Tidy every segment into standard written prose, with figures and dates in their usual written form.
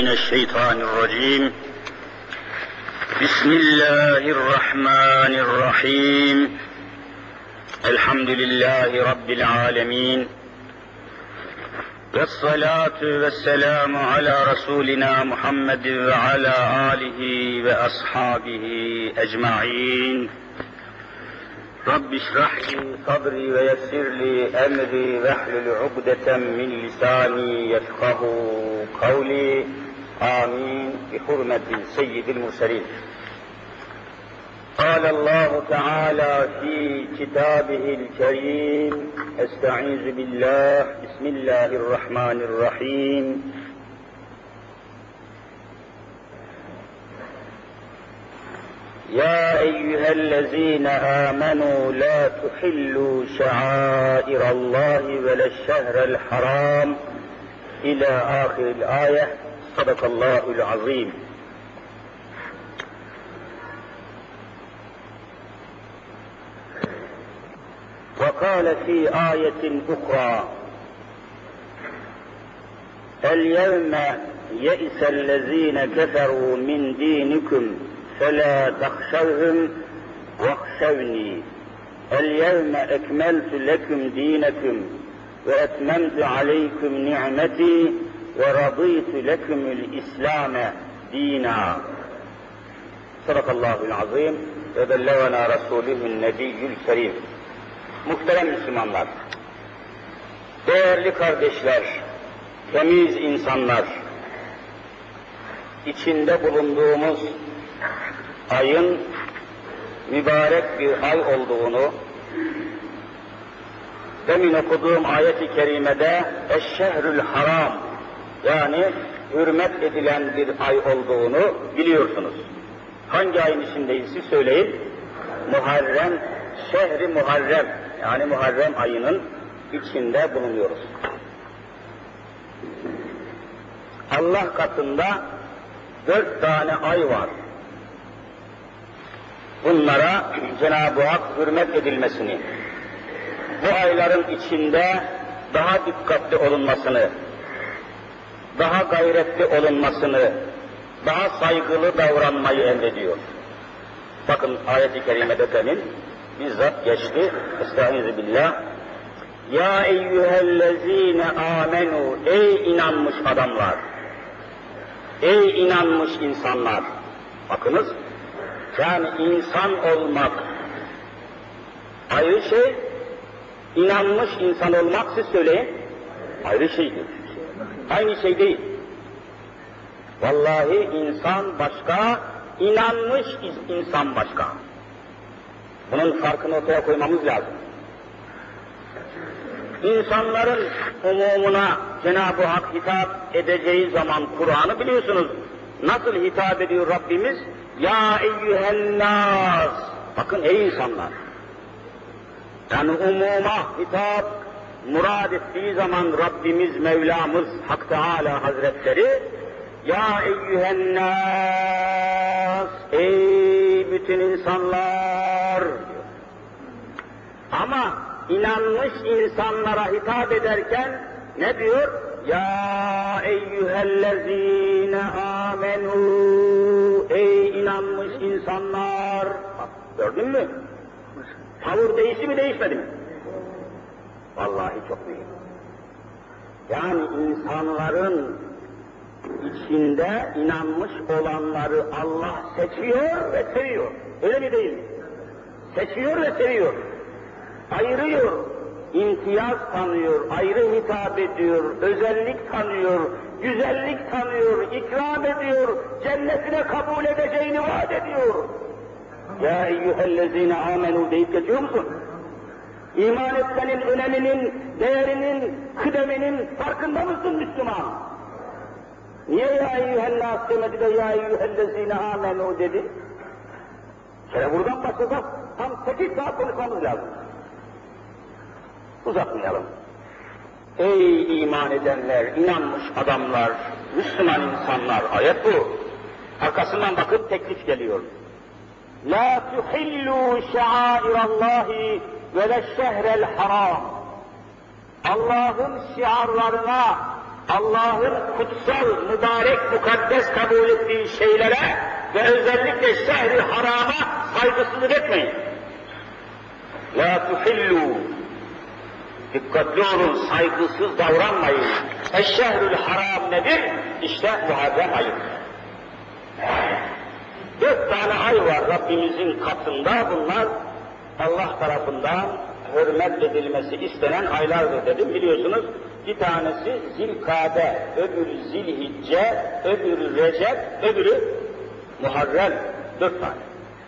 من الشيطان الرجيم. بسم الله الرحمن الرحيم. الحمد لله رب العالمين، والصلاة والسلام على رسولنا محمد وعلى آله وأصحابه أجمعين. رب اشرح لي صدري ويسر لي أمري واحلل عقدة من لساني يفقه قولي. آمين بحرمة سيد المرسلين. قال الله تعالى في كتابه الكريم: استعيذ بالله، بسم الله الرحمن الرحيم. يا أيها الذين آمنوا لا تحلوا شعائر الله ولا الشهر الحرام إلى آخر الآية. صدق الله العظيم. وقال في آية أخرى: اليوم يئس الذين كفروا من دينكم فلا تخشوهم واخشوني اليوم أكملت لكم دينكم وأتممت عليكم نعمتي ورضيت لكم الإسلام دينا. صدق الله العظيم ve bellevena Resulühün Nebiyyül Kerim. Muhterem Müslümanlar, değerli kardeşler, temiz insanlar, içinde bulunduğumuz ayın mübarek bir ay olduğunu, demin okuduğum ayet-i kerimede eşşehrül haram, yani hürmet edilen bir ay olduğunu biliyorsunuz. Hangi ayın içindeyiz siz söyleyin? Muharrem, şehri Muharrem, yani Muharrem ayının içinde bulunuyoruz. Allah katında 4 tane ay var. Bunlara Cenab-ı Hak hürmet edilmesini, bu ayların içinde daha dikkatli olunmasını, daha gayretli olunmasını, daha saygılı davranmayı emrediyor. Bakın ayet-i kerimede demin bizzat geçti. Estağfirullah. Ya eyyühellezine amenu, ey inanmış adamlar, ey inanmış insanlar. Bakınız, yani insan olmak ayrı şey, inanmış insan olmak siz söyleyin, ayrı şeydir. Aynı şey değil. Vallahi insan başka, inanmış insan başka. Bunun farkını ortaya koymamız lazım. İnsanların umumuna Cenab-ı Hak hitap edeceği zaman Kur'an'ı biliyorsunuz. Nasıl hitap ediyor Rabbimiz? Ya eyyühennâs. Bakın ey insanlar. Yani umuma hitap murad ettiği zaman Rabbimiz, Mevlamız Hak Teâlâ Hazretleri, ya eyyühennâs, ey bütün insanlar diyor. Ama inanmış insanlara hitap ederken ne diyor? Ya eyyühellezîne âmenû, ey inanmış insanlar. Bak, gördün mü? Tavır değişti mi değişmedi mi? Vallahi çok mühim. Yani insanların içinde inanmış olanları Allah seçiyor ve seviyor. Öyle mi değil mi? Seçiyor ve seviyor. Ayırıyor, imtiyaz tanıyor, ayrı hitap ediyor, özellik tanıyor, güzellik tanıyor, ikram ediyor, cennetine kabul edeceğini vaat ediyor. Ya eyyühellezine amenu deyip geçiyor musun? İman etmenin öneminin, değerinin, kıdeminin farkında mısın Müslüman? Niye ya eyyühellâs demedi de ya eyyühellezine amenu dedi? Şöyle buradan başlasak tam 8 saat konuşmamız lazım. Uzatmayalım. Ey iman edenler, inanmış adamlar, Müslüman insanlar, ayet bu. Arkasından bakıp teklif geliyor. La tuhillu şa'airallahi ve leşşehrel haram. Allah'ın şiarlarına, Allah'ın kutsal, mübarek, mukaddes kabul ettiği şeylere ve özellikle şehri harama saygısızlık etmeyin. La tuhillu. Dikkatli olun, saygısız davranmayın. Eşşehrül haram nedir? İşte Muharrem ayı. 4 tane ay var Rabbimizin katında, bunlar Allah tarafından hürmet edilmesi istenen aylardır dedim. Biliyorsunuz, bir tanesi Zilkade, öbürü Zilhicce, öbürü Recep, öbürü Muharrem. 4 tane.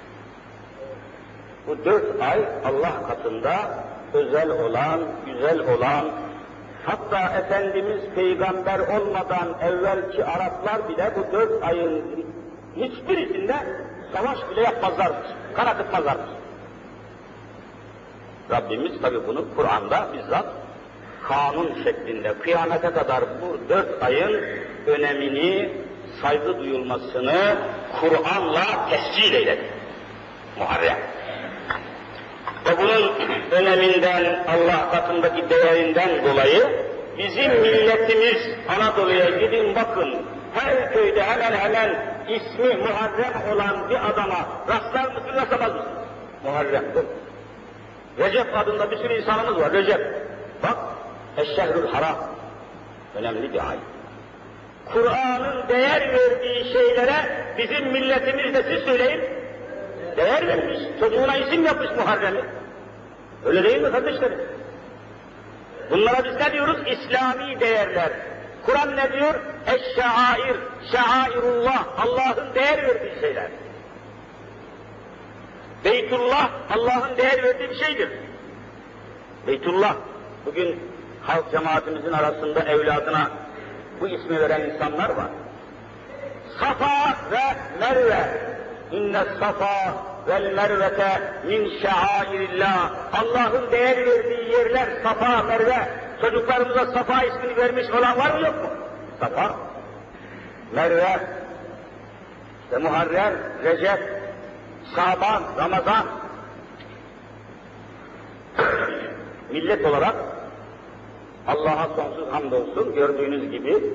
Bu 4 ay Allah katında özel olan, güzel olan, hatta Efendimiz peygamber olmadan evvelki Araplar bile bu 4 ayın hiçbirisinde savaş bile yapmazlarmış, kan akıtmazlarmış. Rabbimiz tabi bunu Kur'an'da bizzat kanun şeklinde kıyamete kadar bu 4 ayın önemini, saygı duyulmasını Kur'an'la tescil eyledi. Muharrem. Ve bunun öneminden, Allah katındaki değerinden dolayı bizim milletimiz Anadolu'ya gidin bakın, her köyde hemen hemen ismi Muharrem olan bir adama rastlar mısınız, rastlamaz mısınız? Muharrem. Recep adında bir sürü insanımız var, Recep. Bak, Eşşehrül Haram. Önemli bir ay. Kur'an'ın değer verdiği şeylere bizim milletimiz de siz söyleyin, değer vermiş, çocuğuna isim yapmış Muharrem'i. Öyle değil mi kardeşlerim? Bunlara biz ne diyoruz? İslami değerler. Kur'an ne diyor? Eşşair, şairullah, Allah'ın değer verdiği şeyler. Beytullah, Allah'ın değer verdiği bir şeydir. Beytullah, bugün halk cemaatimizin arasında evladına bu ismi veren insanlar var. Safa ve Merve, inne safa vel mervete min şairillah. Allah'ın değer verdiği yerler Safa, Merve. Çocuklarımıza Safa ismini vermiş olan var mı yok mu? Safa, Merve, işte Muharrem, Recep, Şaban, Ramazan. Millet olarak Allah'a sonsuz hamdolsun, gördüğünüz gibi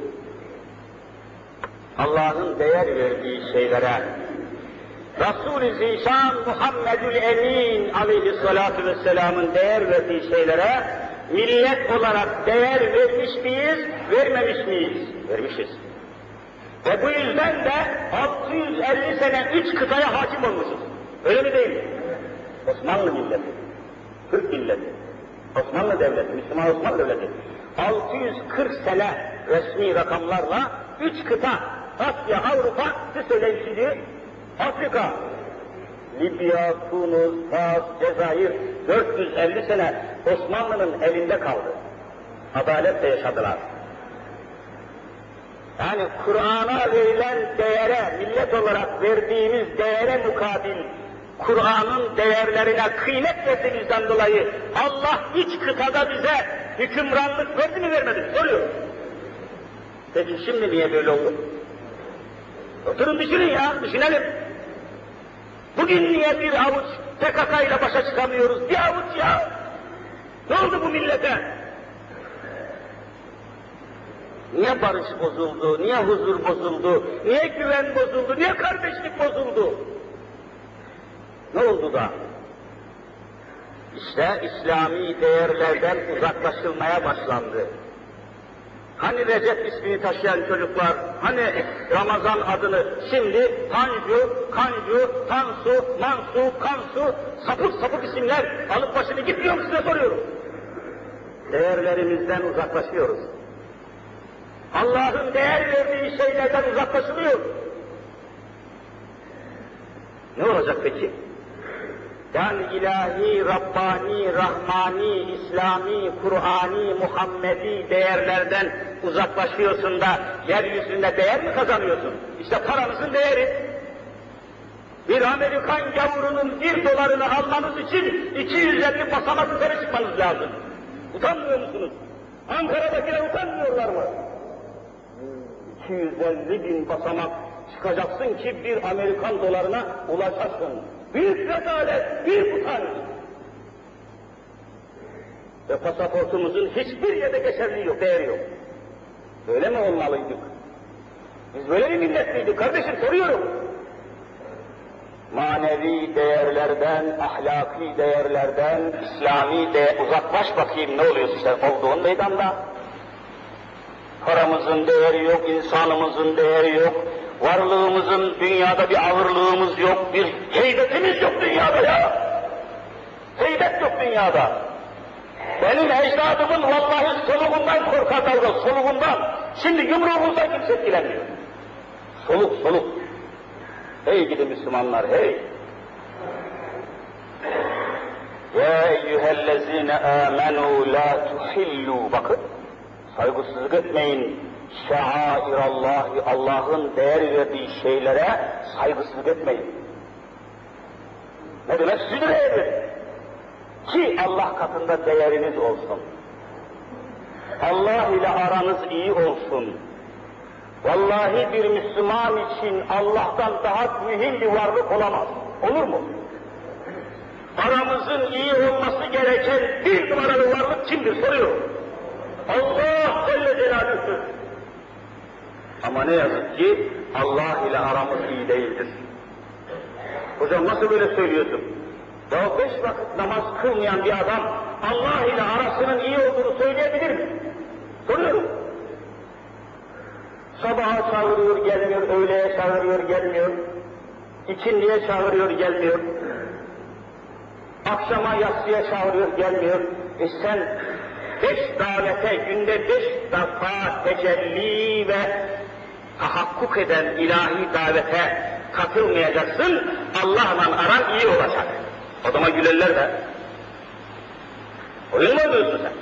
Allah'ın değer verdiği şeylere, Resul-i Zişan Muhammedül Emin aleyhissalatu vesselamın değer verdiği şeylere millet olarak değer vermiş miyiz, vermemiş miyiz? Vermişiz. Ve bu yüzden de 650 sene 3 kıtaya hakim olmuşuz. Öyle mi değil mi? Osmanlı milleti, Türk milleti, Osmanlı devleti, Müslüman Osmanlı devleti. 640 sene resmi rakamlarla 3 kıta, Asya, Avrupa, siz söyleyin şimdi, Afrika, Libya, Tunus, Fas, Cezayir, 450 sene Osmanlı'nın elinde kaldı. Adaletle yaşadılar. Yani Kur'an'a verilen değere, millet olarak verdiğimiz değere mukabil, Kur'an'ın değerlerine kıymet verdiğimizden dolayı Allah 3 kıtada bize hükümranlık verdi mi vermedi mi? Soruyor. Peki şimdi niye böyle oldu? Oturun düşünün ya, düşünelim. Bugün niye bir avuç PKK ile başa çıkamıyoruz? Bir avuç ya! Ne oldu bu millete? Niye barış bozuldu, niye huzur bozuldu, niye güven bozuldu, niye kardeşlik bozuldu? Ne oldu da? İşte İslami değerlerden uzaklaşılmaya başlandı. Hani Recep ismini taşıyan çocuklar, hani Ramazan adını, şimdi Tanju, Kanju, Tansu, Mansu, Kansu, sapık sapık isimler alıp başını gitmiyor mu size soruyorum. Değerlerimizden uzaklaşıyoruz. Allah'ın değer verdiği şeylerden uzaklaşılıyor. Ne olacak peki? Yani ilahi, Rabbani, Rahmani, İslami, Kur'ani, Muhammedi değerlerden uzaklaşıyorsun da yeryüzünde değer mi kazanıyorsun? İşte paranızın değeri. Bir Amerikan gavurunun 1 dolarını almanız için 250 basamak yukarı çıkmanız lazım. Utanmıyor musunuz? Ankara'dakiler utanmıyorlar mı? 250 bin basamak çıkacaksın ki bir Amerikan dolarına ulaşasın. Büyük rezalet, büyük utanç. Ve pasaportumuzun hiçbir yerde geçerliği yok, değeri yok. Böyle mi olmalıydık? Biz böyle bir millet miydik? Kardeşim soruyorum. Manevi değerlerden, ahlaki değerlerden, İslami uzaklaş bakayım ne oluyorsun sen olduğun meydanda. Paramızın değeri yok, insanımızın değeri yok, varlığımızın dünyada bir ağırlığımız yok, bir heybetimiz yok dünyada ya. Heybet yok dünyada. Benim ecdadımın vallahi soluğundan korkarlardı, soluğundan. Şimdi yumruğumuzdan kimse etkilemiyor. Soluk, soluk. Hey gidi Müslümanlar, hey! Ya eyyühellezine âmenû lâ tuhillû. Bakın, saygısızlık etmeyin. Şairallahi, Allah'ın değer verdiği şeylere saygısızlık etmeyin. Ne demek? Sizin değerdir. Ki Allah katında değeriniz olsun. Allah ile aranız iyi olsun. Vallahi bir Müslüman için Allah'tan daha mühim bir varlık olamaz. Olur mu? Aramızın iyi olması gereken bir numaralı varlık kimdir soruyor. Allah Celle Celaluhu'dur. Ama ne yazık ki Allah ile aramız iyi değildir. Hocam nasıl böyle söylüyorsun? Ya 5 vakit namaz kılmayan bir adam Allah ile arasının iyi olduğunu söyleyebilir mi? Soruyorum. Sabaha çağırıyor gelmiyor, öğleye çağırıyor gelmiyor, ikindiye çağırıyor gelmiyor, akşama yatsıya çağırıyor gelmiyor. Sen 5 davete, günde 5 defa tecelli ve tahakkuk eden ilahi davete katılmayacaksın, Allah'la aran iyi olacak. O zaman gülerler de. Oyun mu oynuyorsun sen?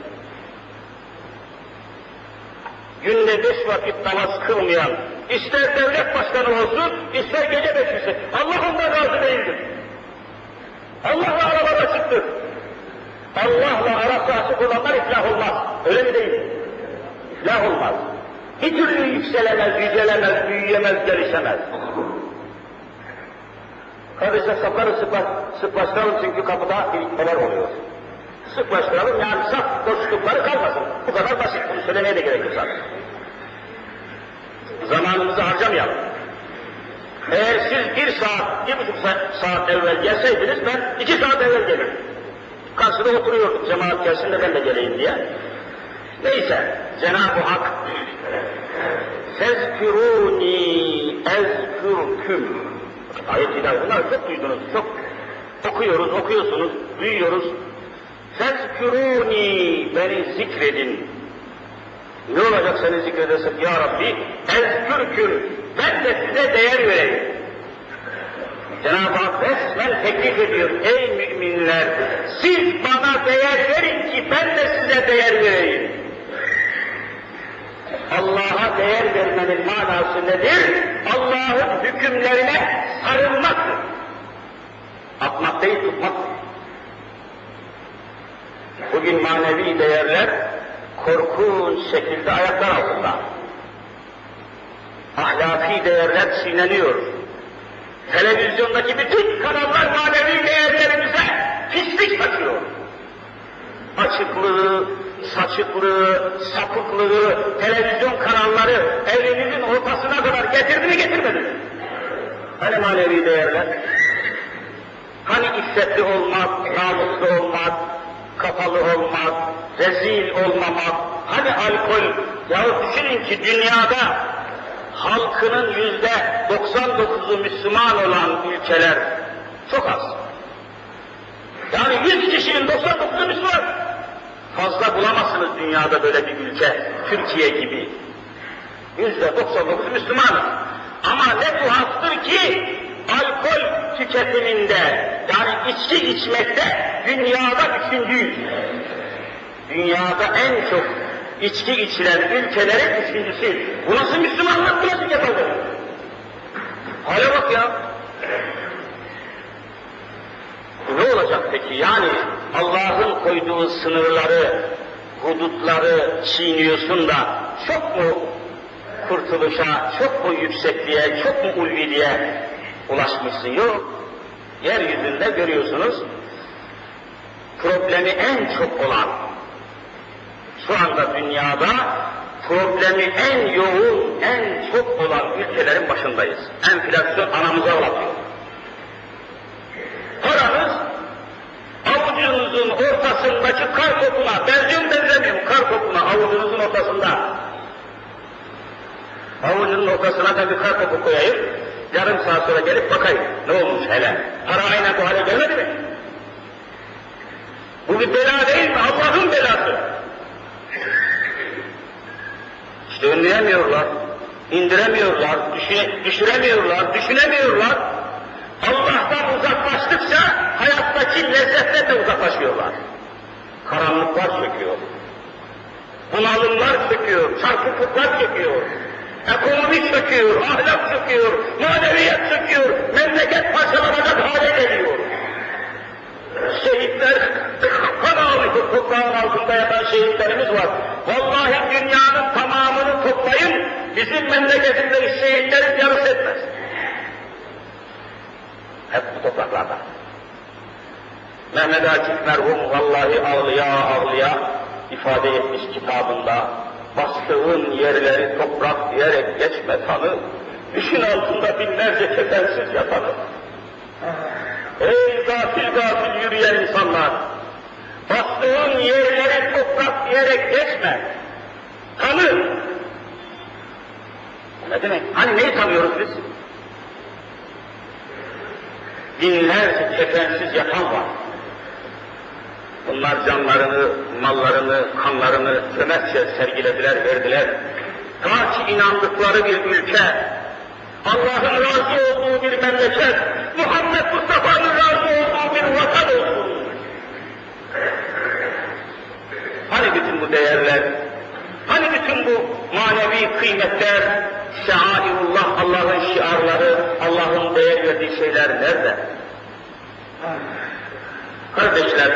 Günde 5 vakit namaz kılmayan, ister devlet başkanı olsun, ister gece bekçisi, Allah ondan razı değildir. Allah'la aralar açıktır. Allah'la arası açık olanlar iflah olmaz. Öyle mi değil? İflah olmaz. Bir türlü yükselemez, yücelemez, büyüyemez, gelişemez. Kardeşler sapları sıklaştıralım çünkü kapıda birikmeler oluyor. Sıklaştıralım yani saf boşlukları kalmasın. Bu kadar basit, bunu söylemeye de gerek yok zaten. Zamanımızı harcamayalım. Eğer siz 1 saat, 1,5 saat evvel gelseydiniz ben 2 saat evvel gelirim. Karşıda oturuyorduk cemaat gelsin de ben de geleyim diye. Neyse, Cenab-ı Hak Fezkürûni ezkürküm. Ayet-i ilahi bunlar çok duydunuz, çok okuyorsunuz, duyuyoruz. Fezkürûni, beni zikredin. Ne olacak seni zikredersek ya Rabbi? Ezkürküm, ben de size değer vereyim. Cenab-ı Hak resmen teklif ediyor. Ey müminler, siz bana değer verin ki ben de size değer vereyim. Allah'a değer vermenin manası nedir? Allah'ın hükümlerine sarılmaktır. Atmak değil, tutmaktır. Bugün manevi değerler korkunç şekilde ayaklar altında. Ahlaki değerler çiğneniyor. Televizyondaki bütün kanallar manevi değerlerimize pislik satıyor. Açıklığı, saçıklığı, sapıklığı, televizyon kanalları evinizin ortasına kadar getirdi mi getirmedi mi? Hani manevi değerler? Hani iffetli olmak, namuslu olmak, kapalı olmak, rezil olmamak, hani alkol? Yahu düşünün ki dünyada halkının %99'u Müslüman olan ülkeler çok az. Yani 100 kişinin 99'u Müslüman. Fazla bulamazsınız dünyada böyle bir ülke, Türkiye gibi. %99 Müslüman. Ama ne tuhaftır ki alkol tüketiminde, yani içki içmekte dünyada 3.'yüz. Dünyada en çok içki içilen ülkelerin 3.'sü. Bu nasıl Müslümanlık, bu nasıl yapılır? Hale bak ya. Ne olacak peki? Yani Allah'ın koyduğu sınırları, hudutları çiğniyorsun da çok mu kurtuluşa, çok mu yüksekliğe, çok mu ulviliğe ulaşmışsın? Yok. Yeryüzünde görüyorsunuz, problemi en çok olan, şu anda dünyada problemi en yoğun, en çok olan ülkelerin başındayız. Enflasyon anamıza ağlatıyor. Paranız avucunuzun ortasındaki kar topuna, benziyor benzemiyor kar topuna avucunuzun ortasında. Avucunun ortasına da bir kar topu koyayım, yarım saat sonra gelip bakayım ne olmuş hele. Para aynen bu hale gelmedi mi? Bu bir bela değil mi? Allah'ın belası. İşte önleyemiyorlar, indiremiyorlar, düşüremiyorlar, düşünemiyorlar. Allah'tan uzaklaştıkça hayattaki lezzetle de uzaklaşıyorlar. Karanlıklar çöküyor. Bunalımlar çöküyor, çarpıklıklar çöküyor. Ekonomi çöküyor, ahlak çöküyor, maneviyat çöküyor, memleket parçalanacak hale geliyor. Şehitler, kan ağlıyor, toprağın altında yatan şehitlerimiz var. Vallahi dünyanın tamamını toplayın, bizim memleketindeki şehitlerin yarısı etmez. Hep bu topraklarda. Mehmet Akif merhum vallahi ağlıya ağlıya ifade etmiş kitabında, bastığın yerleri toprak diyerek geçme tanı, düşün altında binlerce kefensiz yatanı. Ey gafil gafil yürüyen insanlar, bastığın yerleri toprak diyerek geçme, tanı. Ne demek? Hani neyi tanıyoruz biz? Binlerce kefensiz yatan var. Bunlar canlarını, mallarını, kanlarını cömertçe sergilediler, verdiler. Ta ki inandıkları bir ülke, Allah'ın razı olduğu bir memleket, Muhammed Mustafa'nın razı olduğu bir vatan olsun. Hani bütün bu değerler, hani bütün bu manevi kıymetler, şairullah, Allah'ın şiarları, Allah'ın değer verdiği şeyler nerede? Kardeşler,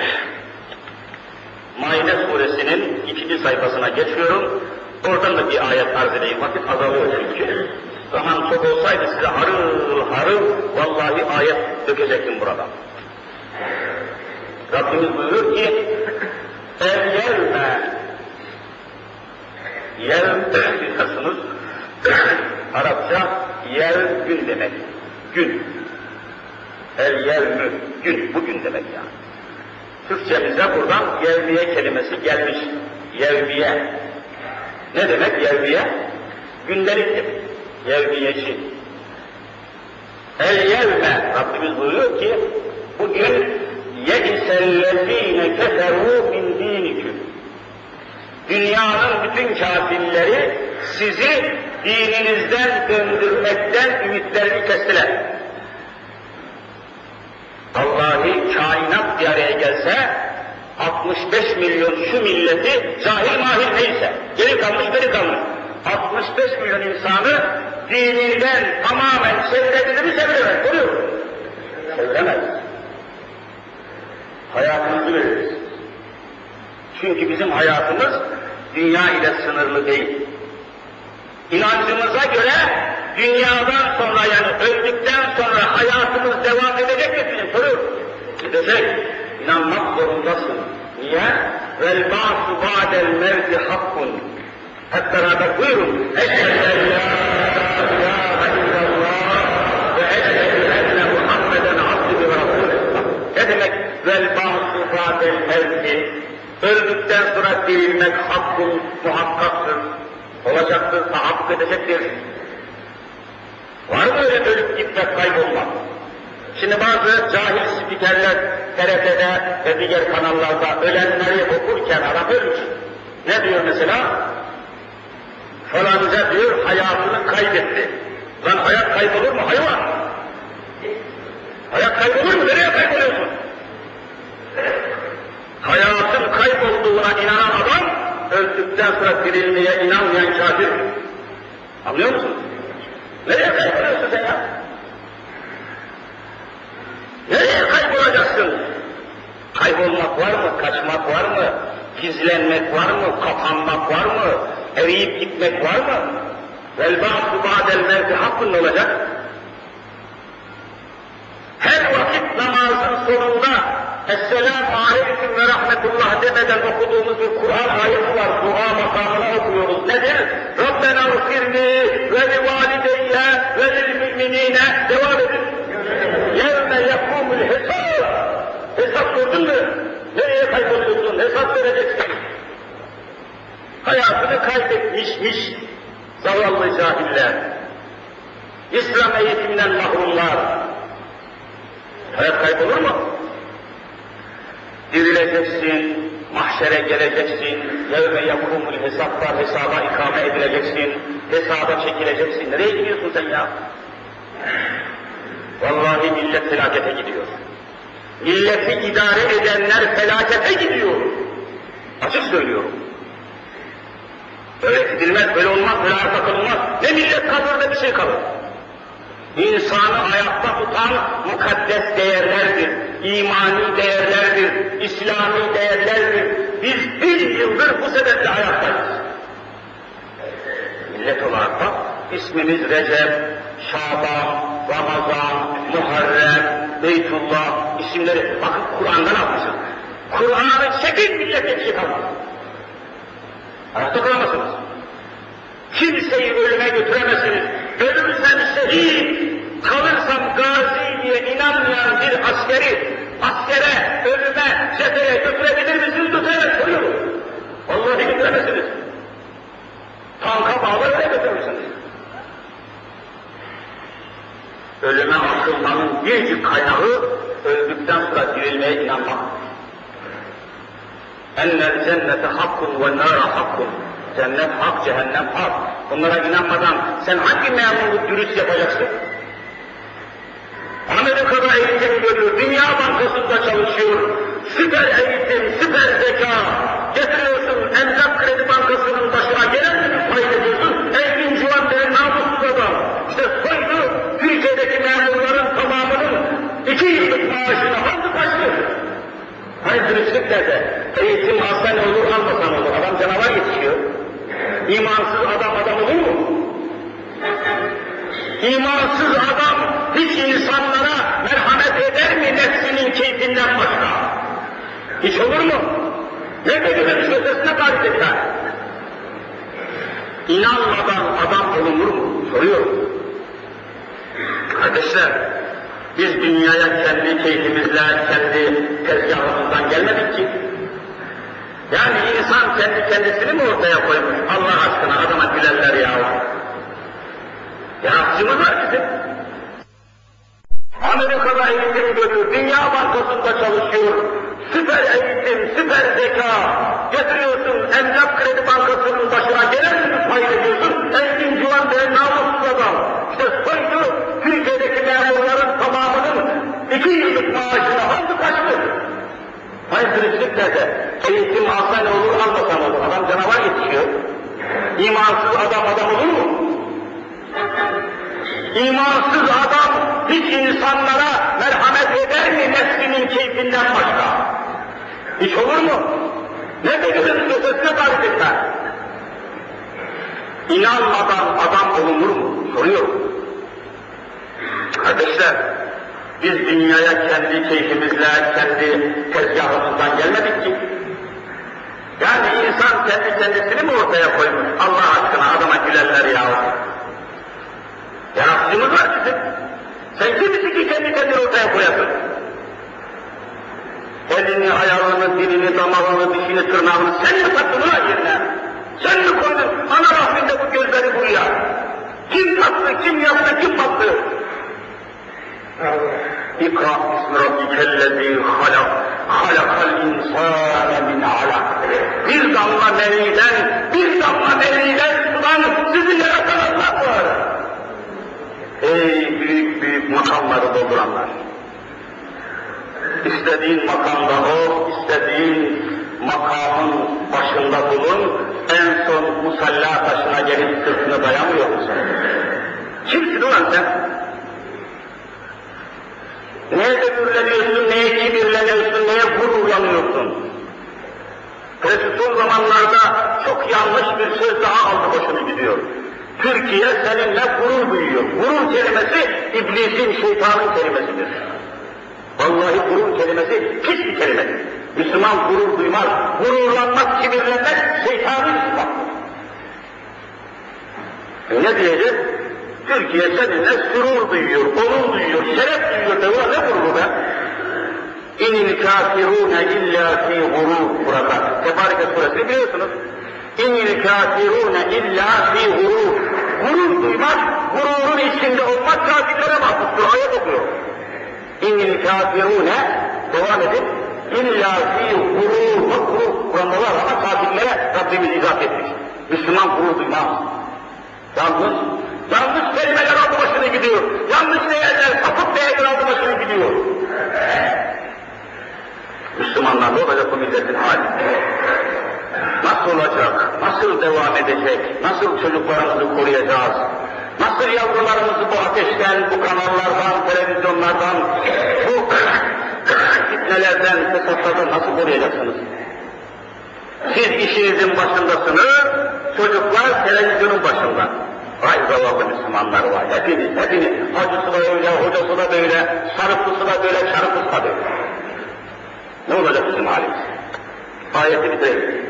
Maide suresinin 2. sayfasına geçiyorum. Oradan da bir ayet arz edeyim. Vakit azalıyor çünkü. Zaman çok olsaydı size harıl harıl vallahi ayet dökecektim burada. Rabbimiz buyuruyor ki yevme biliyorsunuz Arapça gün demek. Gün. El-yevmü, gün, bugün demek yani. Türkçemize buradan yevmiye kelimesi gelmiş. Yevmiye. Ne demek yevmiye? Gündelik demek. Yevmiyeci. El-yevme, Rabbimiz buyuruyor ki, bugün ye'isellezîne keferû min dîniküm. Dünyanın bütün kafirleri sizi dininizden döndürmekten ümitlerini kestiler. Vallahi kainat bir araya gelse, 65 milyon şu milleti, cahil mahil neyse, geri kalmış, 65 milyon insanı dininden tamamen çevirebilir mi, çeviremez? Oluyor mu? Çeviremez. Hayatımızı veririz. Çünkü bizim hayatımız dünya ile sınırlı değil. İnancımıza göre dünyadan sonra yani öldükten sonra hayatımız devam edecek mi bizim soruyor? Gidecek. İnanmak zorundasın. Niye? Vel ba'su ba'del mevti hakkun. Hep beraber buyurun. Eşhedü en la ilahe illallah ve eşhedü enne Muhammeden abdühü ve rasulullah. Ne demek? Vel ba'su ba'del mevti. Öldükten sonra dirilmek hakkun, muhakkaktır. Olacaktır, tahakkuk edecektir. Var mı öyle ölüp gitmek, kaybolmak? Şimdi bazı cahil spikerler TRT'de ve diğer kanallarda ölenleri okurken adam ölmüş. Ne diyor mesela? Falanca diyor hayatını kaybetti. Lan hayat kaybolur mu hayvan? Hayat kaybolur mu? Nereye kayboluyorsun? Hayatın kaybolduğuna inanan adam, öldükten sonra dirilmeye inanmayan kafir. Anlıyor musun? Nereye kayboluyorsun sen ya? Nereye kaybolacaksın? Kaybolmak var mı? Kaçmak var mı? Gizlenmek var mı? Kapanmak var mı? Eriyip gitmek var mı? Vel ba'su ba'del mevti hakkın olacak. Her vakit namazın sonunda Esselamu aleyküm ve rahmetullah demeden okuduğumuz bir Kur'an ayeti var. Dua makamına okuyoruz. Nedir? Rabbena ufirli ve li valideyye ve lil müminine. Devam edin. Yevme yakumul hesab. Hesap gördün mü? Nereye kayboluyorsun? Hesap vereceksin. Hayatını kaybetmişmiş zavallı cahiller. İslam eğitiminden mahrumlar. Hayat kaybolur mu? Dirileceksin, mahşere geleceksin, yevme yakumul hesaplar, hesaba ikame edileceksin, hesaba çekileceksin. Nereye gidiyorsun sen ya? Vallahi millet felakete gidiyor. Milleti idare edenler felakete gidiyor. Açık söylüyorum. Böyle gidilmez, böyle olmaz, böyle arka kalınmaz. Ne millet kalır ne bir şey kalır. İnsanı ayakta tutan mukaddes değerlerdir, imani değerlerdir, İslami değerlerdir. Biz 1 yıldır bu sebeple ayaktayız. Millet olarak da ismimiz Recep, Şaban, Ramazan, Muharrem, Beytullah isimleri, bakın Kur'an'dan almışız. Kur'an'ı çekin millete bir şey kalmaz. Ayakta kalamazsınız. Kimseyi ölüme götüremezsiniz. Ölürsem şehit, kalırsam gazi diye inanmayan bir askere, ölüme, cepheye götürebilir misiniz? Götüremezsiniz. Vallahi götüremezsiniz. Tanka bağlı öyle götürürsünüz. Ölüme atılmanın biricik kaynağı, öldükten sonra dirilmeye inanmak. Ennel cennete hakkun ve nâra hakkun. Cennet hak, cehennem hak. Bunlara inanmadan sen hangi memurluk dürüst yapacaksın? Amerika'da eğitim görüyor, Dünya Bankası'nda çalışıyor. Süper eğitim, süper zeka. Getiriyorsun Emlak Kredi Bankası'nın başına gelen bir fayda ediyorsun. Engin Cuan denen namussuz adam. İşte soydu Türkiye'deki memurların tamamının 2 yıllık maaşını aldı kaçtı. Hani dürüstlük nerede? Eğitim alsan olur, almasan olur. Adam canavar yetişiyor. İmansız adam olur mu? İmansız adam hiç insanlara merhamet eder mi nefsinin keyfinden başka? Hiç olur mu? Ne dediğimiz ötesine karşılar. İnanmadan adam olunur mu? Soruyorum. Kardeşler, biz dünyaya kendi keyfimizle, kendi tezgahımızdan gelmedik ki. Yani insan kendi kendisini mi ortaya koymuş? Allah aşkına adama gülerler ya. Yaratıcımız var bizim. Amerika'da eğitim görüyor, Dünya Bankası'nda çalışıyor. Süper eğitim, süper zeka. Getiriyorsun Emlak Kredi Bankası'nın başına gelen bir pay ediyorsun. Engin Cuan denen namussuz adam. İşte soydu Türkiye'deki memurların tamamının 2 yıllık maaşını aldı kaçtı. Hayır dürüstlük nerede? Eğitim alsan olur, almasan olur. Adam canavar yetişiyor. İmansız adam olur mu? İmansız adam hiç insanlara merhamet eder mi nefsinin keyfinden başka? Hiç olur mu? Ne dediğiniz ötesine karşılar. İnanmadan adam olunur mu? Soruyorum. Kardeşler, biz dünyaya kendi keyfimizle, kendi tezgahımızdan gelmedik ki. Yani insan kendi kendisini mi ortaya koymuş? Allah aşkına adama gülerler ya. Yaratıcımız var bizim. Sen kimsin ki kendi kendini ortaya koyasın? Elini, ayağını, dilini, damarını, dişini, tırnağını sen mi taktın ulan yerine? Sen mi koydun? Ana rahminde bu gözleri buraya. Kim taktı, kim yaptı, kim baktı? İkra ismi rabbikellezî halak, halakal insâne min alak. Bir damla meniden sudan sizi yaratan Allah var. Ey büyük makamları dolduranlar! İstediğin makamda ol, istediğin makamın başında bulun, en son musalla taşına gelip sırtını dayamıyor musun? Kimsin ulan sen? Neye öbürleniyorsun, neye kibirleniyorsun, neye gururlanıyorsun? Son zamanlarda çok yanlış bir söz daha aldı hoşunu gidiyor. Türkiye seninle gurur duyuyor. Gurur kelimesi iblisin, şeytanın kelimesidir. Vallahi gurur kelimesi pis bir kelimedir. Müslüman gurur duymaz, gururlanmak, kibirlenmek şeytani bir sıfattır. Ne diyecek? Türkiye seninle sürur duyuyor, onur duyuyor, şeref duyuyor. Ne gururu be? İnil kafirûne illâ fî gurûr burada. Tebareke suresini biliyorsunuz. İnil kafirûne illâ fî gurûr. Gurur duymak, gururun içinde olmak kafirlere mahsustur. Ayet okuyor. İnil kafirûne, devam edin. İllâ fî gurûr. Bak gurur Kur'an'da var ama kafirlere Rabbimiz izah etmiş. Müslüman gurur duymaz. Yanlış kelimeler aldı başına gidiyor. Yanlış değerler, sapık değerler aldı başına gidiyor. Müslümanlar ne olacak bu milletin hali? Nasıl olacak? Nasıl devam edecek? Nasıl çocuklarımızı koruyacağız? Nasıl yavrularımızı bu ateşten, bu kanallardan, televizyonlardan, bu fitnelerden, fesatlardan nasıl koruyacaksınız? Siz işinizin başındasınız, çocuklar televizyonun başında. Vay zavallı Müslümanlar var. Hepiniz. Hacısı da öyle, hocası da böyle, sarıklısı da böyle, çarıklısı da böyle. Ne olacak bizim halimiz? Ayeti bitirelim.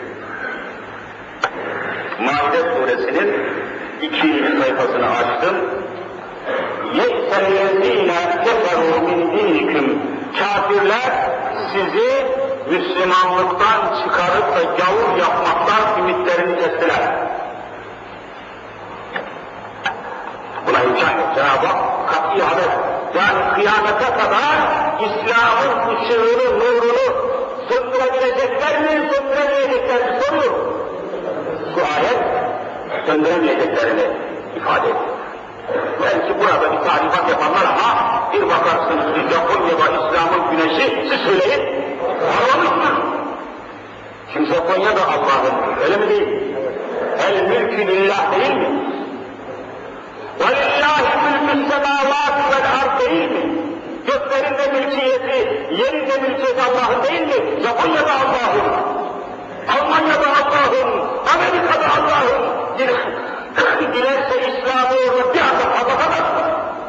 Maide suresinin 2. sayfasını açtım. يَيْسَلَّذ۪ينَ كَفَرُوا مِنْ دِينِكُمْ Kafirler sizi Müslümanlıktan çıkarıp da gavur yapmaktan ümitlerini kestiler. Buna imkan yok. Cenab-ı Hak kat'i haber. Yani kıyamete kadar İslam'ın ışığını, nurunu söndürebilecekler mi, söndüremeyecekler mi soruyor. Bu ayet söndüremeyeceklerini ifade ediyor. Belki burada bir talimat yapanlar ama bir bakarsınız ki Japonya'da İslam'ın güneşi, siz söyleyin, parlamıştır. Çünkü Japonya'da Allah'ın, öyle mi değil? El mülkü lillah değil mi? وَلِلَّهِ مُلْكُ السَّمَاوَاتِ وَالْاَرْضِ değil mi? Göklerin de mülkiyeti, yerin de mülkiyeti Allah'ın değil mi? Japonya'da Allah'ın, Almanya'da Allah'ın, Amerika'da Allah'ın. Dilerse İslam'ı orada bir anda patlatamaz mı?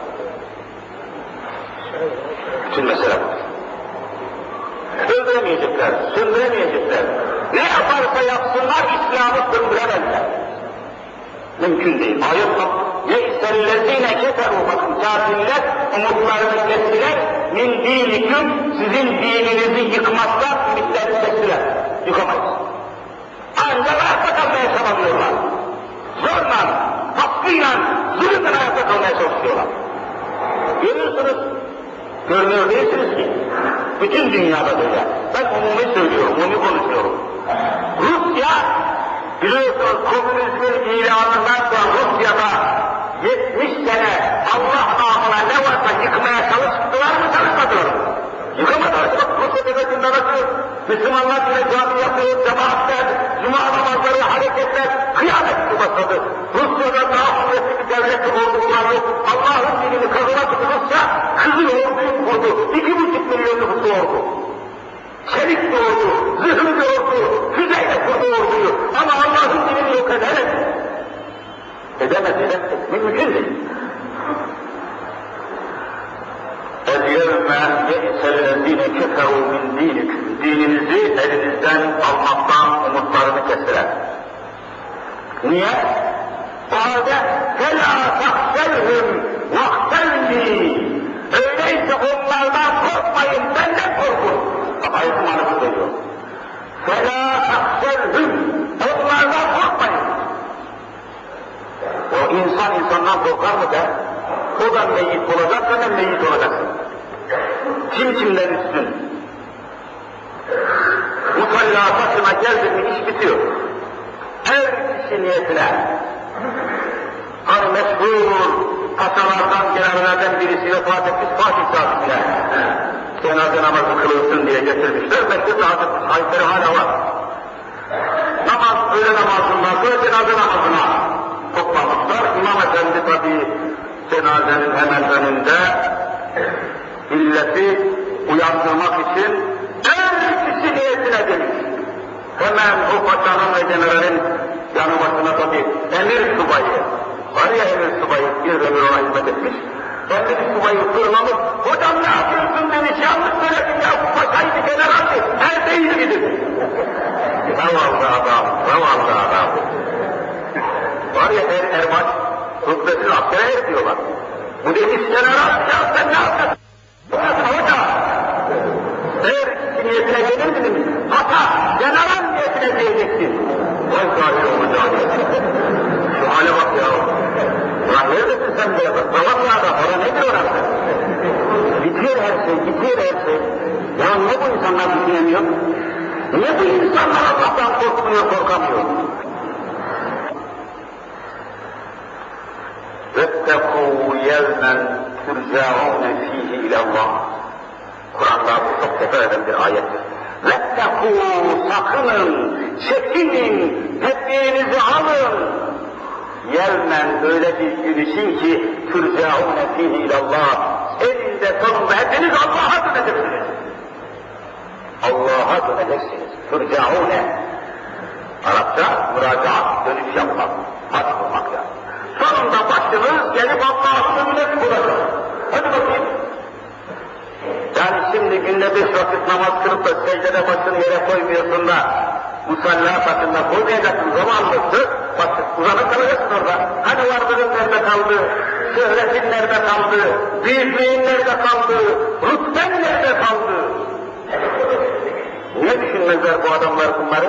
Bütün mesele bu. Öldüremeyecekler, söndüremeyecekler. Ne yaparsa yapsınlar İslam'ı söndüremezler. Mümkün değil. Ayet bak. يَيْسَلَّذ۪ينَ كَفَرُوا Bakın kafirler umutlarını kestiler. مِنْ دِينِكُمْ Sizin dininizi yıkmaktan ümitlerini kestiler. Yıkamayız. Ancak ayakta kalmaya çabalıyorlar. Zorla, baskıyla, zulümle ayakta kalmaya çalışıyorlar. Görüyorsunuz, görmüyor değilsiniz ki. Bütün dünyada böyle. Ben umumi söylüyorum, umumi konuşuyorum. Rusya, biliyorsunuz komünizmin ilanından sonra Rusya'da 70 sene Allah namına ne varsa yıkmaya çalıştılar mı, çalışmadılar mı? Yıkamadılar. Bak Rusya devletinde nasıl Müslümanlar bile cami yapıyor, cemaatler, cuma namazları, hareketler, kıyamet başladı. Rusya'da daha kuvvetli bir devletli ordular yok. Allah'ın dinini kazanmak için Rusya Kızıl Ordu'yu kurdu. 2,5 milyon nüfuslu ordu. Çelik bir ordu, zırhlı bir ordu, füzeyle kurdu orduyu. Ama Allah'ın dinini yok edemedi. Edemedi. Mümkün değil. اَلْيَوْمَ يَئْسَ الَّذ۪ينَ كَفَرُوا مِنْ دِينِكُمْ Dininizi elinizden almaktan umutlarını kestiler. Niye? O halde فَلَا تَخْسَلْهُمْ وَاخْسَلْنِي Öyleyse onlardan korkmayın, benden korkun. Ayet manası söylüyor. فَلَا تَخْسَلْهُمْ Onlardan korkmayın. O insandan korkar mı be? O da meyit olacak, sen de meyit olacaksın. Kimden üstün? Mutalla başına geldi mi iş bitiyor. Her kişi niyetine. Hani meşhur paşalardan, generallerden birisi vefat etmiş Fatih Sadık'la. Cenaze namazı kılılsın diye getirmişler. Belki Sadık kayıtları hala var. Öğle namazından sonra cenaze namazına toplamışlar. İmam Efendi tabii cenazenin hemen önünde milleti uyandırmak için her kişi niyetine demiş. Hemen o paşanın ve generalin yanı başına tabii emir subayı, var ya emir subayı, bir ömür ona hizmet etmiş, Ben bir subayı kırmamış, hocam ne yapıyorsun demiş, yanlış söyledin ya, bu paşaydı, generaldi, her şey iyi dedim. Zavallı adam, zavallı adam. Var ya Erbaş, rütbesini askere eriyorlar. Bu demiş general, ya sen ne yapıyorsun? Hoca, eğer niyetine gelir mi demiş, hatta general niyetine diyeceksin. Vay zahir olacağım. Şu hale bak ya. Ulan neredesin sen diye bak, Malatya'da, orada nedir orası? Bitiyor her şey, bitiyor her şey. Ya niye bu insanlar bitiremiyor? Niye bu insanlar Allah'tan korkmuyor, korkamıyor? وَاتَّقُوا يَوْمًا تُرْجَعُونَ ف۪يهِ اِلَى اللّٰهِ Kur'an'da bu çok tekrar eden bir ayettir. وَاتَّقُوا sakının, çekinin, tedbirinizi alın. يَوْمًا öyle bir gün için ki تُرْجَعُونَ ف۪يهِ اِلَى اللّٰهِ Elinde sonunda hepiniz Allah'a döneceksiniz. Allah'a döneceksiniz. Turcaune. Arapça müracaat, dönüş yapmak, hac bulmak yani. Sonunda başınız gelip Allah'ın önüne bulacak. Hadi bakayım. Yani şimdi günde 5 vakit namaz kılıp da secdede başını yere koymuyorsun da musalla başında koymayacaksın, zamanlıktır. Uzanıp kalacaksın orada. Hani varlığın nerede kaldı, şöhretin nerede kaldı, büyüklüğün nerede kaldı, rütben nerede kaldı? Niye düşünmezler bu adamlar bunları?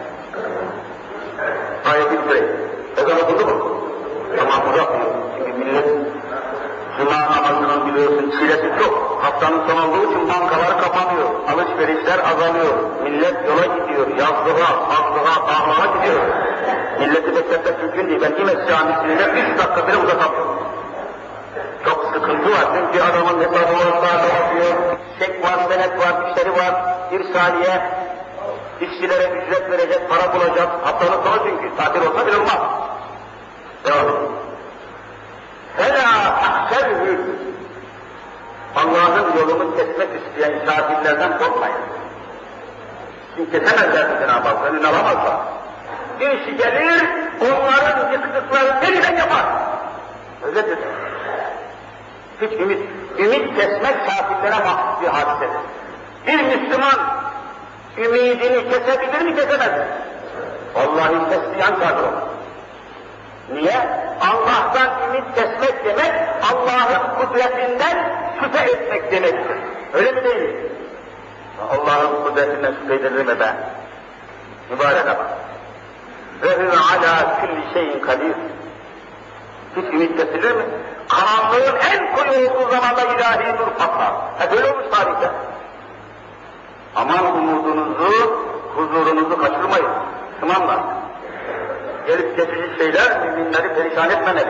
Ayet-i Kürsi. Ezan okundu mu? Tamam uzatmıyor. Çünkü millet Cuma namazının biliyorsun çilesi çok. Haftanın son olduğu için bankalar kapanıyor. Alışverişler azalıyor. Millet yola gidiyor. Yazlığa, azlığa, dağlığa gidiyor. Milleti bekletmek mümkün değil. Ben İmes Camisi'ne 3 dakika bile uzatamıyorum. Çok sıkıntı var. Çünkü adamın hesabı var, saate bakıyor. Çek var, senet var, müşteri var. Bir saniye işçilere ücret verecek, para bulacak. Haftanın sonu çünkü. Tatil olsa bile olmaz. Devam edin. فَلَا اَحْسَبْهُ Allah'ın yolunu kesmek isteyen kafirlerden korkmayın. Çünkü kesemezler Cenab-ı Hak, önünü alamazlar. Bir kişi gelir, onların yıktıklarını yeniden yapar. Öyledir. Hiç ümit kesmek kafirlere mahsus bir hadisedir. Bir Müslüman ümidini kesebilir mi, kesemez mi? Vallahi kesmeyen kafir olur. Niye? Allah'tan ümit kesmek demek, Allah'ın kudretinden şüphe etmek demektir. Öyle mi değil? Allah'ın kudretinden şüphe edilir mi be? Mübarek bak. Ve huve alâ külli şeyin kadir. Hiç ümit kesilir mi? Karanlığın en koyu olduğu zamanda ilahi nur patlar. Böyle olmuş tarihte. Aman umudunuzu, huzurunuzu kaçırmayın. Müslümanlar. Gelip geçici şeyler müminleri perişan etmemeli.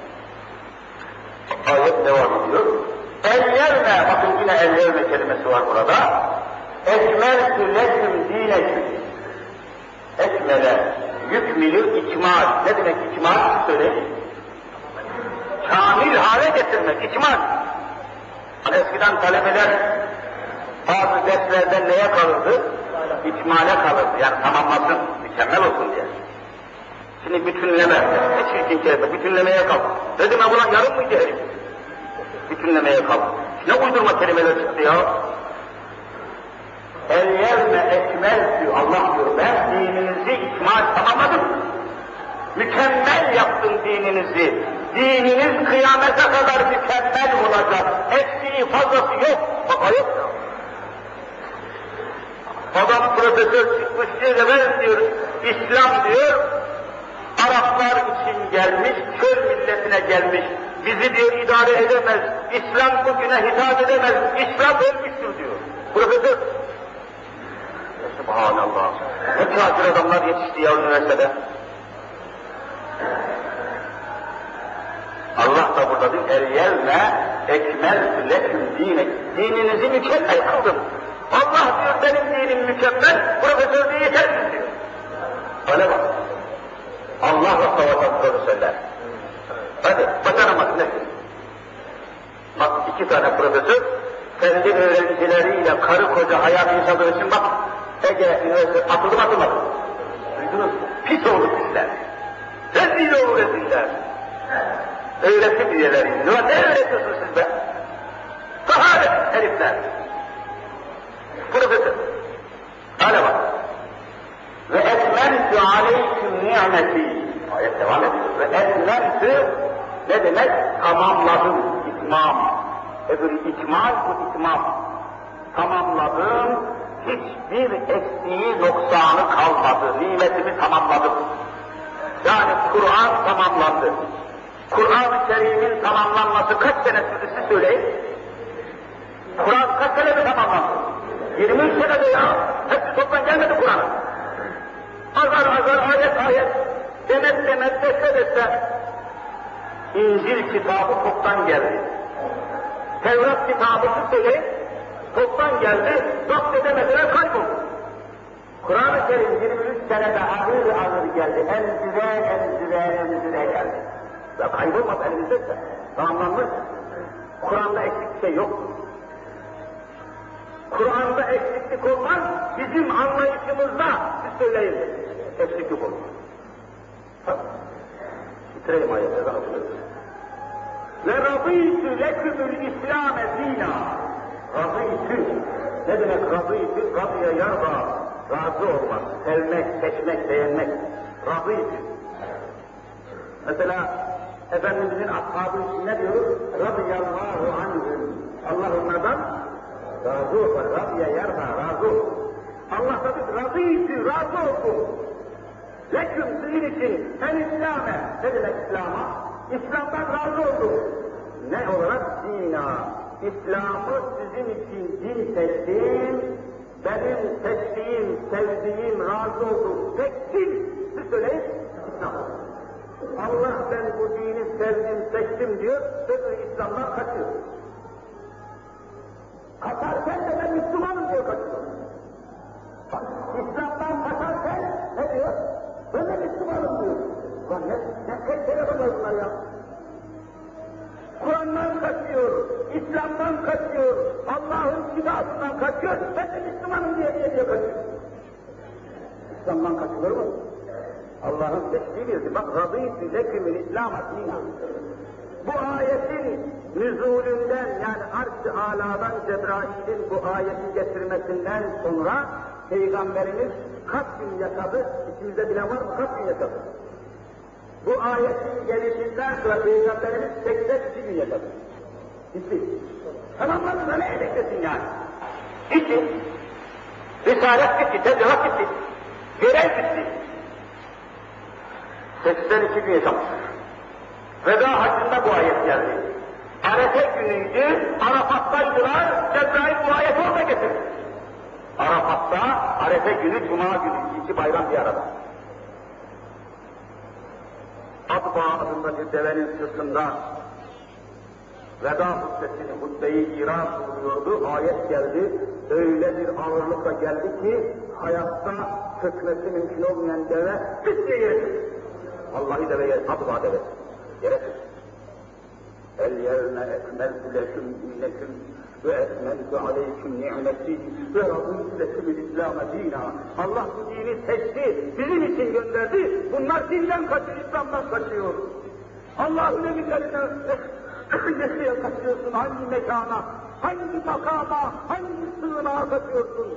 Ayet devam ediyor. El-yevme, bakın yine el-yevme kelimesi var burada. Ekmeltü leküm dineküm. Ekmele, yükmülü ikmal. Ne demek ikmal? Söyleyin. Kamil hale getirmek, ikmal. Eskiden talebeler bazı derslerden neye kalırdı? İkmale kalırdı, yani tamamlasın, mükemmel olsun diye. Şimdi bütünleme, ne çirkin kelime, bütünlemeye kalk. Dedim ya buna yarım mıydı herif? Bütünlemeye kalk. Ne uydurma kelimeler çıktı ya? El-yevme ekmeltü, Allah diyor, ben dininizi ikmal tamamladım. Mükemmel yaptım dininizi. Dininiz kıyamete kadar mükemmel olacak. Eksiği fazlası yok. Bak yok ya. Adam profesör çıkmış diye ben diyor, İslam diyor, Araplar için gelmiş, çöl milletine gelmiş. Bizi diyor idare edemez, İslam bugüne hitap edemez, İslam ölmüştür diyor. Profesör. Subhanallah. Ne kafir adamlar yetişti ya üniversitede. Allah da burada diyor, el-yevme ekmeltü leküm dinek. Dininizi mükemmel kıldım. Allah diyor, benim dinim mükemmel, profesör diye yetersiz diyor. Öyle bak. Allah ve savatan profesörler. Hadi, başaramadın ne? Bak, 2 tane profesör, kendi öğrencileriyle karı koca hayat yaşadığı için bak, Ege Üniversitesi atıldı mı atılmadı? Duydunuz mu? Pis oldu pisler. Rezil oldu reziller. Öğretim üyeleri. Ne öğretiyorsunuz siz be? ayetler. Fırfıtı. Öyle bak. Ve etmentu aleyküm ni'meti. Ayet devam ediyor. Ve etmentu ne demek? Tamamladım, itmam. Öbürü ikmal, bu itmam. Tamamladım, hiçbir eksiği, noksanı kalmadı. Nimetimi tamamladım. Yani Kur'an tamamlandı. Kur'an-ı Kerim'in tamamlanması kaç sene sürdü siz söyleyin? Kur'an kaç senede tamamlandı? 23 senede ya. Hepsi toptan gelmedi Kur'an'a. Azar azar, ayet ayet, demet demet, dese İncil kitabı toptan geldi. Tevrat kitabı söyleyin, toptan geldi, zapt edemediler, kayboldu. Kur'an-ı Kerim 23 senede ağır ağır geldi, emzire geldi. Ve kaybolmaz elimizde de, tamamlanmış. Kur'an'da eksik bir şey yok. Kur'an'da eksiklik olmaz, bizim anlayışımızda, siz söyleyin, eksiklik olur. Bitireyim ayetleri, ben okuyorum. Ve radîtü lekümül İslam dînâ. Radîtü, ne demek radîtü? Radîye yarda, razı olmak, sevmek, seçmek, beğenmek. Radîtü. Mesela Efendimizin ashabı için ne diyor? Radıyallahu anhum. Allah onlardan razı olur. Radîye yarda, razı olur. Allah da diyor, radîtü, razı olsun. Leküm sizin için en İslam'e. Ne demek İslam'a? İslam'dan razı oldum. Ne olarak? Dina. İslam'ı sizin için din seçtim. Benim seçtiğim, sevdiğim, razı olduğum tek din. Siz söyleyin. İslam. Allah ben bu dini sevdim, seçtim diyor. Öbür İslam'dan kaçıyor. Kaçarken de ben Müslümanım diyor kaçıyor. Bak, İslam'dan kaçarken ne diyor? Ben de Müslümanım diyor. Lan ne tek telefon bunlar ya. Kur'an'dan kaçıyor, İslam'dan kaçıyor, Allah'ın kitabından kaçıyor, ben de Müslümanım diye kaçıyor. İslam'dan kaçılır mı? Allah'ın seçtiği birisi. Bak, radîtü lekümül İslam'a dînâ. Bu ayetin nüzulünden, yani arş-ı âlâdan Cebrail'in bu ayeti getirmesinden sonra Peygamberimiz kaç gün yaşadı? İçimizde bilen var mı? Kaç gün yaşadı? Bu ayetin gelişinden sonra Peygamberimiz 82 gün yaşadı. Bitti. Tamamladı da neye beklesin yani? Bitti. Risalet bitti, tebliğat bitti. Görev bitti. 82 gün yaşamış. Veda haccında bu ayet geldi. Arefe günüydü, Arafat'taydılar, Cebrail bu ayeti orada getirdi. Arafat'ta, Arefe günü, Cuma günü, iki bayram bir arada. Atba adında bir devenin sırtında veda hutbesini, hutbeyi iran buluyordu, ayet geldi, öyle bir ağırlıkla geldi ki hayatta çökmesi mümkün olmayan deve küt diye yere çöktü. Vallahi deve yere, Atba deve yere çöktü. El-yevme ekmeltu leküm dineküm ve etmentu aleyküm ni'meti ve radîtü lekümül İslam'a dînâ. Allah bu dini seçti, bizim için gönderdi. Bunlar dinden kaçıyor, İslam'dan kaçıyor. Allah'ın emirlerine nereye kaçıyorsun, hangi mekana, hangi makama, hangi sığınağa kaçıyorsun?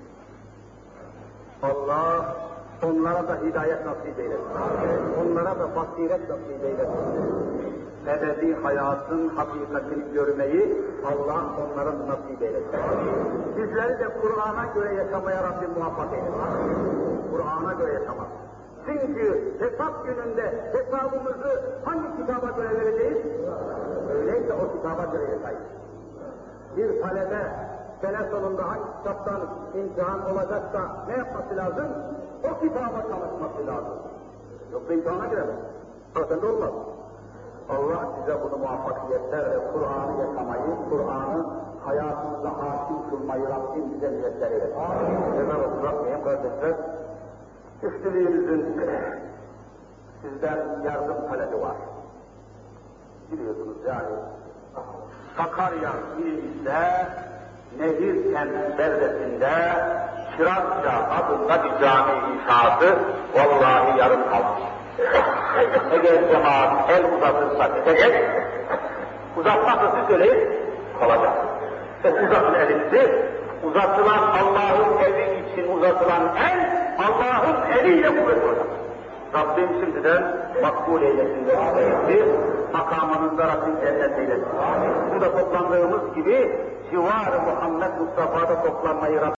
Allah onlara da hidayet nasip eylesin. Onlara da basiret nasip eylesin. Ebedi hayatın hakikatini görmeyi Allah onlara nasip eylesin. Bizleri de Kur'an'a göre yaşamaya Rabbim muvaffak eylesin. Kur'an'a göre yaşamak. Çünkü hesap gününde hesabımızı hangi kitaba göre vereceğiz? Öyleyse o kitaba göre yaşayız. Bir talebe sene sonunda hangi kitaptan imtihan olacaksa ne yapması lazım? O kitaba çalışması lazım. Yoksa imtihana giremez. Zaten olmaz. Allah size bunu muvaffakiyetler ve Kur'an'ı yaşamayı, Kur'an'ı hayatımıza hakim kılmayı Rabbim bize müyesser eylesin. Cenab-ı Rabbim kardeşler, üstülüğümüzün sizden yardım talebi var. Biliyorsunuz yani, Sakarya ilimizde, Nehirkent beldesinde, Kirazca adında bir cami inşaatı vallahi yarım kalmış. Eğer cemaat el uzatırsa gidecek, uzatmazsa siz söyleyin, kalacak. O uzatın elinizi, uzatılan Allah'ın evi için uzatılan el, Allah'ın eliyle kuvvet olur. Rabbim şimdiden makbul eylesin ve makamınızda Rabbim cennet eylesin. Burada toplandığımız gibi civar-ı Muhammed Mustafa'da toplanmayı Rabbim